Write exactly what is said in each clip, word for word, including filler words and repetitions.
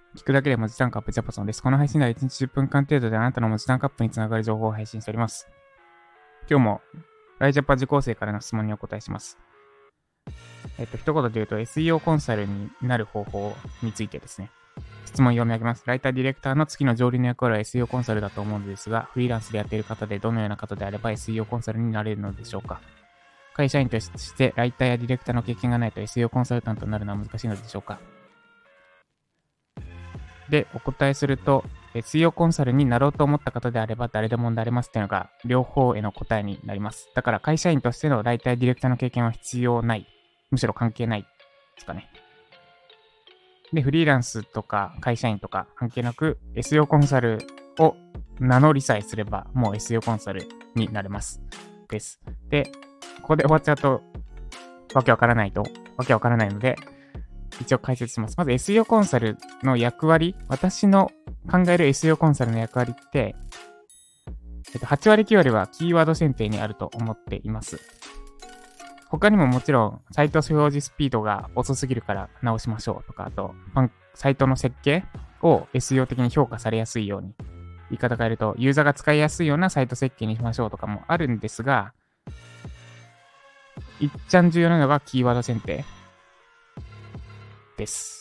聞くだけで文字単価アップジャパソンです。この配信ではいちにちじゅっぷんかん程度であなたの文字単価アップにつながる情報を配信しております。今日もライジャパ受講生からの質問にお答えします。えっと、一言で言うと エスイーオー コンサルになる方法についてですね。質問を読み上げます。ライターディレクターの月の上流の役割は エスイーオー コンサルだと思うのですが、フリーランスでやっている方でどのような方であれば エスイーオー コンサルになれるのでしょうか。会社員としてライターやディレクターの経験がないと エスイーオー コンサルタントになるのは難しいのでしょうか。で、お答えすると、エスイーオー コンサルになろうと思った方であれば誰でもなれますっていうのが両方への答えになります。だから会社員としてのライターやディレクターの経験は必要ない。むしろ関係ないですかね。で、フリーランスとか会社員とか関係なく エスイーオー コンサルを名乗りさえすればもう エスイーオー コンサルになれます。です。で、ここで終わっちゃうとわけわからないと、わけわからないので、一応解説します。まず エスイーオー コンサルの役割、私の考える エスイーオー コンサルの役割って、えっと、はちわりきゅうわりはキーワード選定にあると思っています。他にももちろん、サイト表示スピードが遅すぎるから直しましょうとか、あと、サイトの設計を エスイーオー 的に評価されやすいように、言い方変えると、ユーザーが使いやすいようなサイト設計にしましょうとかもあるんですが、いっちゃん重要なのがキーワード選定です。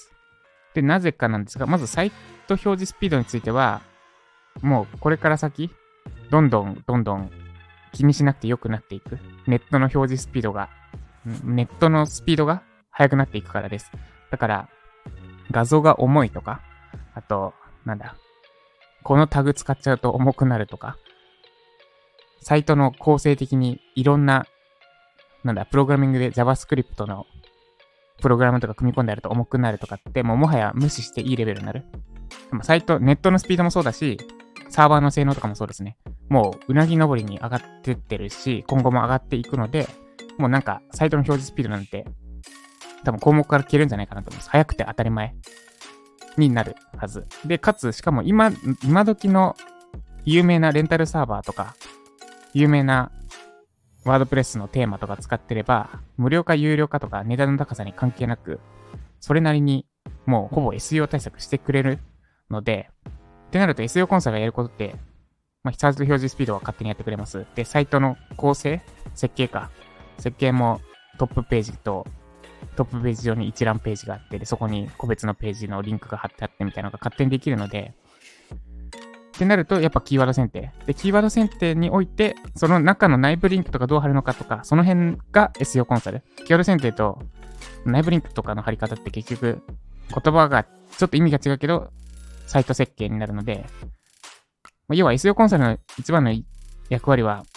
で、なぜかなんですが、まずサイト表示スピードについては、もうこれから先、どんどんどんどん気にしなくて良くなっていく。ネットの表示スピードが、ネットのスピードが速くなっていくからです。だから、画像が重いとか、あと、なんだ、このタグ使っちゃうと重くなるとか、サイトの構成的にいろんな、なんだ、プログラミングで JavaScript のプログラムとか組み込んであると重くなるとかって、もうもはや無視していいレベルになる。でもサイト、ネットのスピードもそうだし、サーバーの性能とかもそうですね。もう、うなぎ登りに上がってってるし、今後も上がっていくので、もうなんか、サイトの表示スピードなんて、多分項目から消えるんじゃないかなと思います。早くて当たり前になるはず。で、かつ、しかも今、今時の有名なレンタルサーバーとか、有名なワードプレスのテーマとか使ってれば、無料か有料かとか値段の高さに関係なく、それなりにもうほぼ エスイーオー 対策してくれるので、ってなると エスイーオー コンサルがやることって、まあ、サイト表示スピードは勝手にやってくれます。で、サイトの構成、設計か。設計もトップページと、トップページ上に一覧ページがあって、で、そこに個別のページのリンクが貼ってあってみたいなのが勝手にできるので、ってなると、やっぱキーワード選定。で、キーワード選定において、その中の内部リンクとかどう貼るのかとか、その辺が エスイーオー コンサル。キーワード選定と内部リンクとかの貼り方って結局、言葉がちょっと意味が違うけど、サイト設計になるので、要は エスイーオー コンサルの一番の役割は、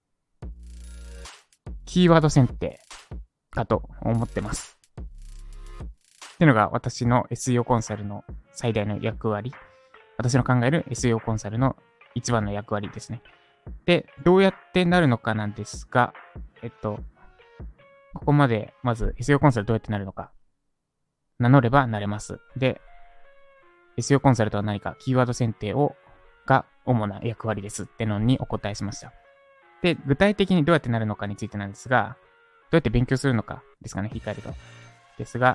キーワード選定かと思ってます。っていうのが私の エスイーオー コンサルの最大の役割。私の考える エスイーオー コンサルの一番の役割ですね。で、どうやってなるのかなんですが、えっと、ここまでまず エスイーオー コンサルどうやってなるのか。名乗ればなれます。で、エスイーオー コンサルとは何か、キーワード選定をが主な役割ですってのにお答えしました。で、具体的にどうやってなるのかについてなんですが、どうやって勉強するのかですかね、振り返ると。ですが、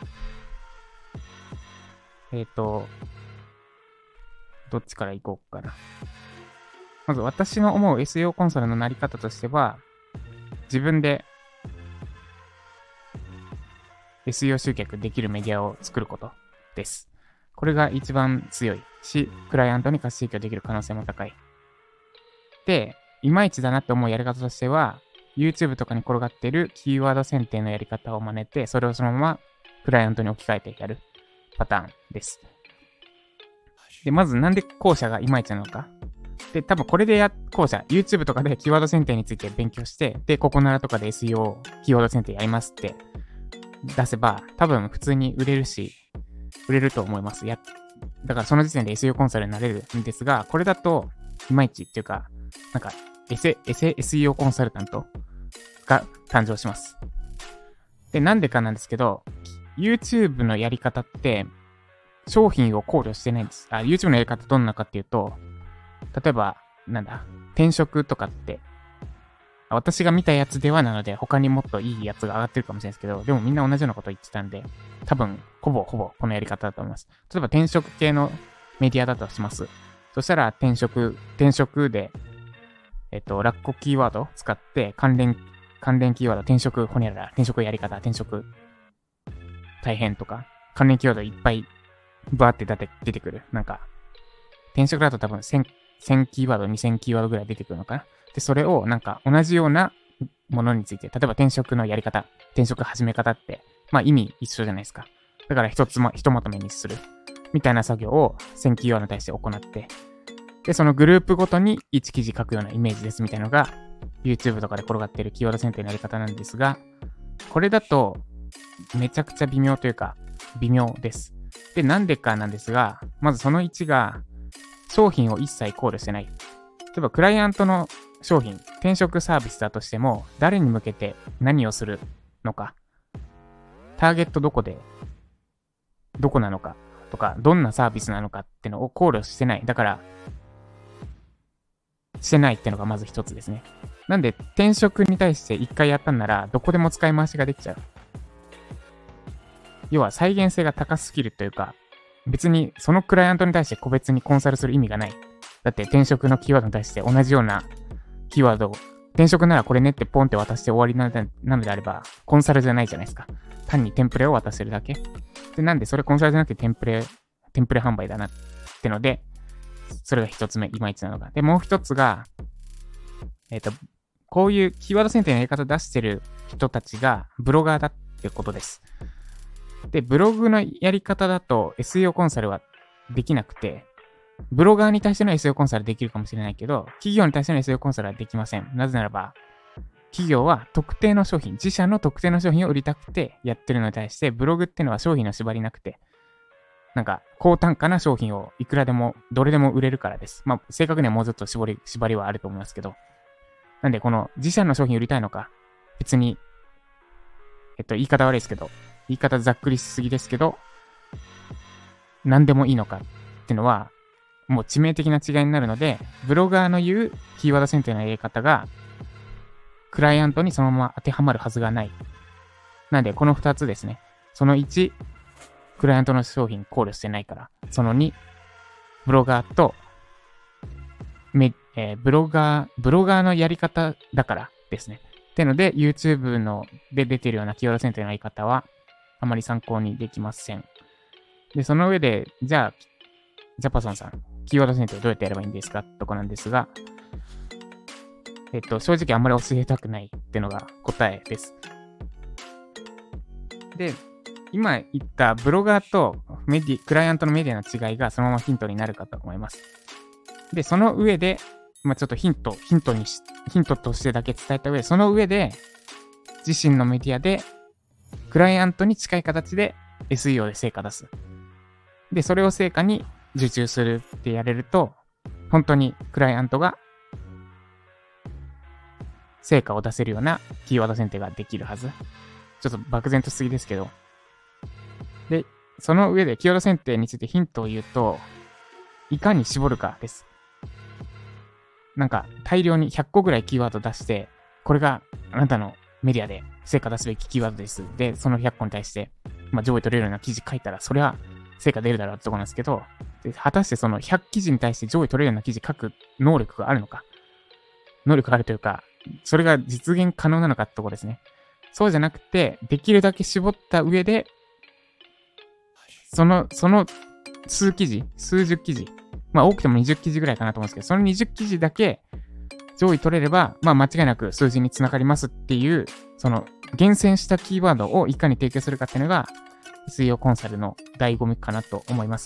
えっと、どっちから行こうかな。まず私の思う エスイーオー コンサルのなり方としては、自分で エスイーオー 集客できるメディアを作ることです。これが一番強いし、クライアントに価値提供できる可能性も高い。で、いまいちだなって思うやり方としては、YouTube とかに転がっているキーワード選定のやり方を真似て、それをそのままクライアントに置き換えてやるパターンです。で、まずなんで後者がいまいちなのか。で、多分これでや、後者、YouTube とかでキーワード選定について勉強して、で、ここならとかで エスイーオー、キーワード選定やりますって出せば、多分普通に売れるし、売れると思います。や、だからその時点で エスイーオー コンサルになれるんですが、これだと、いまいちっていうか、なんか、エセ、エセ エスイーオー コンサルタントが誕生します。で、なんでかなんですけど、YouTube のやり方って、商品を考慮してないんです。あ、YouTube のやり方どんなかっていうと、例えば、なんだ、転職とかって、 私が見たやつではなので、他にもっといいやつが上がってるかもしれないですけど、でもみんな同じようなこと言ってたんで、多分、ほぼほぼこのやり方だと思います。例えば転職系のメディアだとします。そしたら転職、転職で、えっと、ラッコキーワードを使って関連、関連キーワード、転職、ほにゃらら、転職やり方、転職、大変とか、関連キーワードいっぱいバーって出て出てくる。なんか、転職だと多分せん、せんキーワード、にせんキーワードぐらい出てくるのかな。で、それをなんか同じようなものについて、例えば転職のやり方、転職始め方って、まあ意味一緒じゃないですか。だから一つま、ひとまとめにする。みたいな作業をせんキーワードに対して行って、で、そのグループごとにいち記事書くようなイメージですみたいなのが、YouTube とかで転がっているキーワード選定のやり方なんですが、これだと、めちゃくちゃ微妙というか、微妙です。で、なんでかなんですが、まずそのいちが、商品を一切考慮してない。例えば、クライアントの商品、転職サービスだとしても、誰に向けて何をするのか、ターゲットどこで、どこなのか、とか、どんなサービスなのかってのを考慮してない。だから、してないってのがまず一つですね。なんで、転職に対して一回やったんなら、どこでも使い回しができちゃう。要は再現性が高すぎるというか、別にそのクライアントに対して個別にコンサルする意味がない。だって転職のキーワードに対して同じようなキーワードを、転職ならこれねってポンって渡して終わりなのであれば、コンサルじゃないじゃないですか。単にテンプレを渡せるだけ。で、なんでそれコンサルじゃなくてテンプレ、テンプレ販売だなってので、それが一つ目、いまいちなのが。で、もう一つが、えっと、こういうキーワード選定のやり方出してる人たちがブロガーだってことです。で、ブログのやり方だと エスイーオー コンサルはできなくて、ブロガーに対しての エスイーオー コンサルできるかもしれないけど、企業に対しての エスイーオー コンサルはできません。なぜならば、企業は特定の商品、自社の特定の商品を売りたくてやってるのに対して、ブログっていうのは商品の縛りなくて、なんか、高単価な商品をいくらでも、どれでも売れるからです。まあ、正確にはもうちょっと絞り、縛りはあると思いますけど。なんで、この自社の商品売りたいのか、別に、えっと、言い方悪いですけど、言い方ざっくりしすぎですけど、何でもいいのかっていうのは、もう致命的な違いになるので、ブロガーの言うキーワード選定のやり方が、クライアントにそのまま当てはまるはずがない。なんで、この二つですね。そのいち、クライアントの商品考慮してないから。そのに、ブロガーと、め、えー、ブロガー、ブロガーのやり方だからですね。ってので、YouTube ので出てるようなキーワード選定のやり方は、あまり参考にできません。で、その上で、じゃあ、ジャパソンさん、キーワード選定どうやってやればいいんですかとかなんですが、えっと、正直あんまり教えたくないってのが答えです。で、今言ったブロガーとメディ、クライアントのメディアの違いがそのままヒントになるかと思います。で、その上で、まあ、ちょっとヒント、ヒントにし、ヒントとしてだけ伝えた上で、その上で、自身のメディアで、クライアントに近い形で エスイーオー で成果出す。で、それを成果に受注するってやれると、本当にクライアントが成果を出せるようなキーワード選定ができるはず。ちょっと漠然としすぎですけど。で、その上でキーワード選定についてヒントを言うと、いかに絞るかです。なんか大量にひゃっこぐらいキーワード出して、これがあなたのメディアで成果出すべきキーワードです。で、そのひゃっこに対して、まあ、上位取れるような記事書いたら、それは成果出るだろうってところなんですけど、で果たしてそのひゃく記事に対して上位取れるような記事書く能力があるのか。能力があるというか、それが実現可能なのかってところですね。そうじゃなくて、できるだけ絞った上で、その、その数記事、数十記事、まあ多くてもにじゅう記事ぐらいかなと思うんですけど、そのにじゅう記事だけ上位取れれば、まあ間違いなく数字につながりますっていう、その厳選したキーワードをいかに提供するかっていうのが、エスイーオー コンサルの醍醐味かなと思います。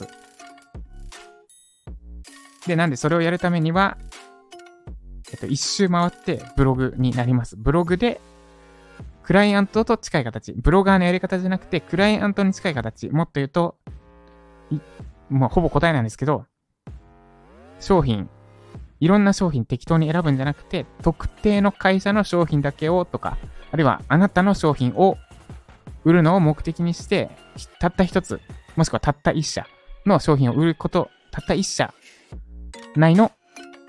で、なんでそれをやるためには、えっと、一周回ってブログになります。ブログで、クライアントと近い形。ブロガーのやり方じゃなくて、クライアントに近い形。もっと言うと、まあ、ほぼ答えなんですけど、商品、いろんな商品適当に選ぶんじゃなくて、特定の会社の商品だけをとか、あるいはあなたの商品を売るのを目的にして、たった一つ、もしくはたった一社の商品を売ること、たった一社内の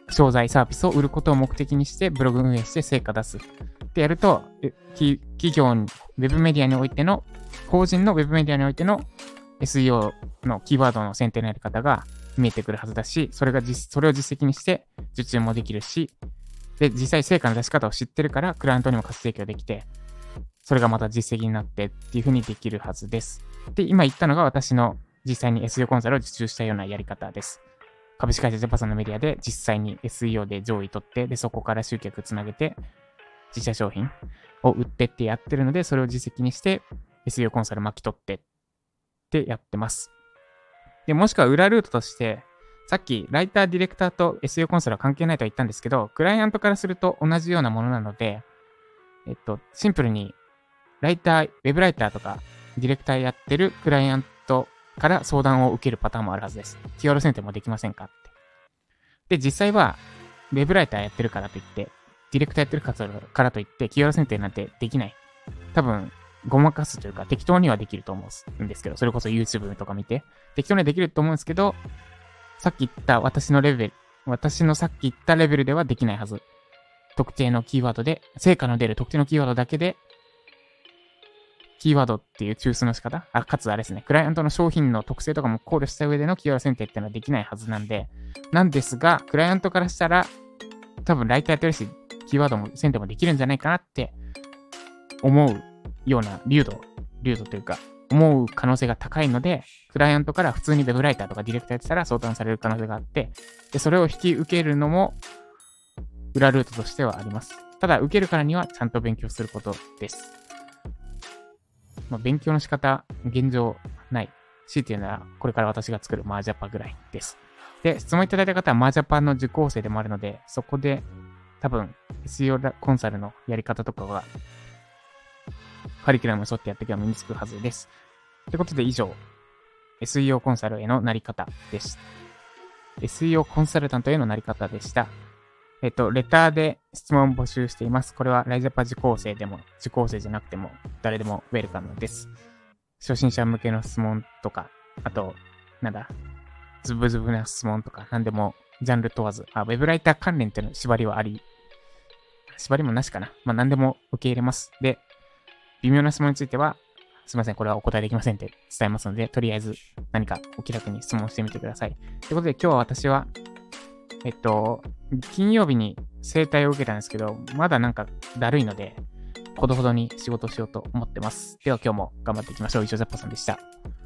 商材サービスを売ることを目的にしてブログ運営して成果出すってやると、企業に、ウェブメディアにおいての、法人のウェブメディアにおいての エスイーオー のキーワードの選定のやり方が見えてくるはずだし、それが実、それを実績にして受注もできるし、で、実際成果の出し方を知ってるから、クライアントにも価値提供できて、それがまた実績になってっていう風にできるはずです。で、今言ったのが私の実際に エスイーオー コンサルを受注したようなやり方です。株式会社ジャパソンのメディアで実際に エスイーオー で上位取って、で、そこから集客つなげて、自社商品を売ってってやってるので、それを実績にして エスイーオー コンサル巻き取ってってやってます。で、もしくは裏ルートとして、さっきライター、ディレクターと エスイーオー コンサルは関係ないとは言ったんですけど、クライアントからすると同じようなものなので、えっと、シンプルにライター、ウェブライターとかディレクターやってるクライアントから相談を受けるパターンもあるはずです。キーワード選定もできませんかって。で、実際はウェブライターやってるからといって、ディレクターやってるからといって、キーワード選定なんてできない。多分、ごまかすというか適当にはできると思うんですけど、それこそ YouTube とか見て、適当にはできると思うんですけど、さっき言った私のレベル、私のさっき言ったレベルではできないはず。特定のキーワードで、成果の出る特定のキーワードだけで、キーワードっていう抽出の仕方、あ、かつあれですね、クライアントの商品の特性とかも考慮した上でのキーワード選定っていうのはできないはずなんで、なんですが、クライアントからしたら、多分ライターやってるし、キーワードも選定もできるんじゃないかなって思うような流度、流度というか、思う可能性が高いので、クライアントから普通にウェブライターとかディレクターやってたら相談される可能性があって、で、それを引き受けるのも裏ルートとしてはあります。ただ、受けるからにはちゃんと勉強することです。まあ、勉強の仕方、現状ない。強いて言うなら、これから私が作るマージャパぐらいです。で、質問いただいた方はマージャパの受講生でもあるので、そこで多分 エスイーオー コンサルのやり方とかがカリキュラムに沿ってやっていけば身につくはずです。ということで以上、エスイーオー コンサルへのなり方です。エスイーオー コンサルタントへのなり方でした。えっと、レターで質問を募集しています。これはライジャパ受講生でも、受講生じゃなくても、誰でもウェルカムです。初心者向けの質問とか、あと、なんだ、ズブズブな質問とか、なんでも、ジャンル問わず、あ、ウェブライター関連っていうの縛りはあり、縛りもなしかな。まあ、なんでも受け入れます。で、微妙な質問については、すいません、これはお答えできませんって伝えますので、とりあえず何かお気楽に質問してみてください。ということで、今日は私は、えっと、金曜日に整体を受けたんですけど、まだなんかだるいので、ほどほどに仕事をしようと思ってます。では今日も頑張っていきましょう。以上、ジャッパさんでした。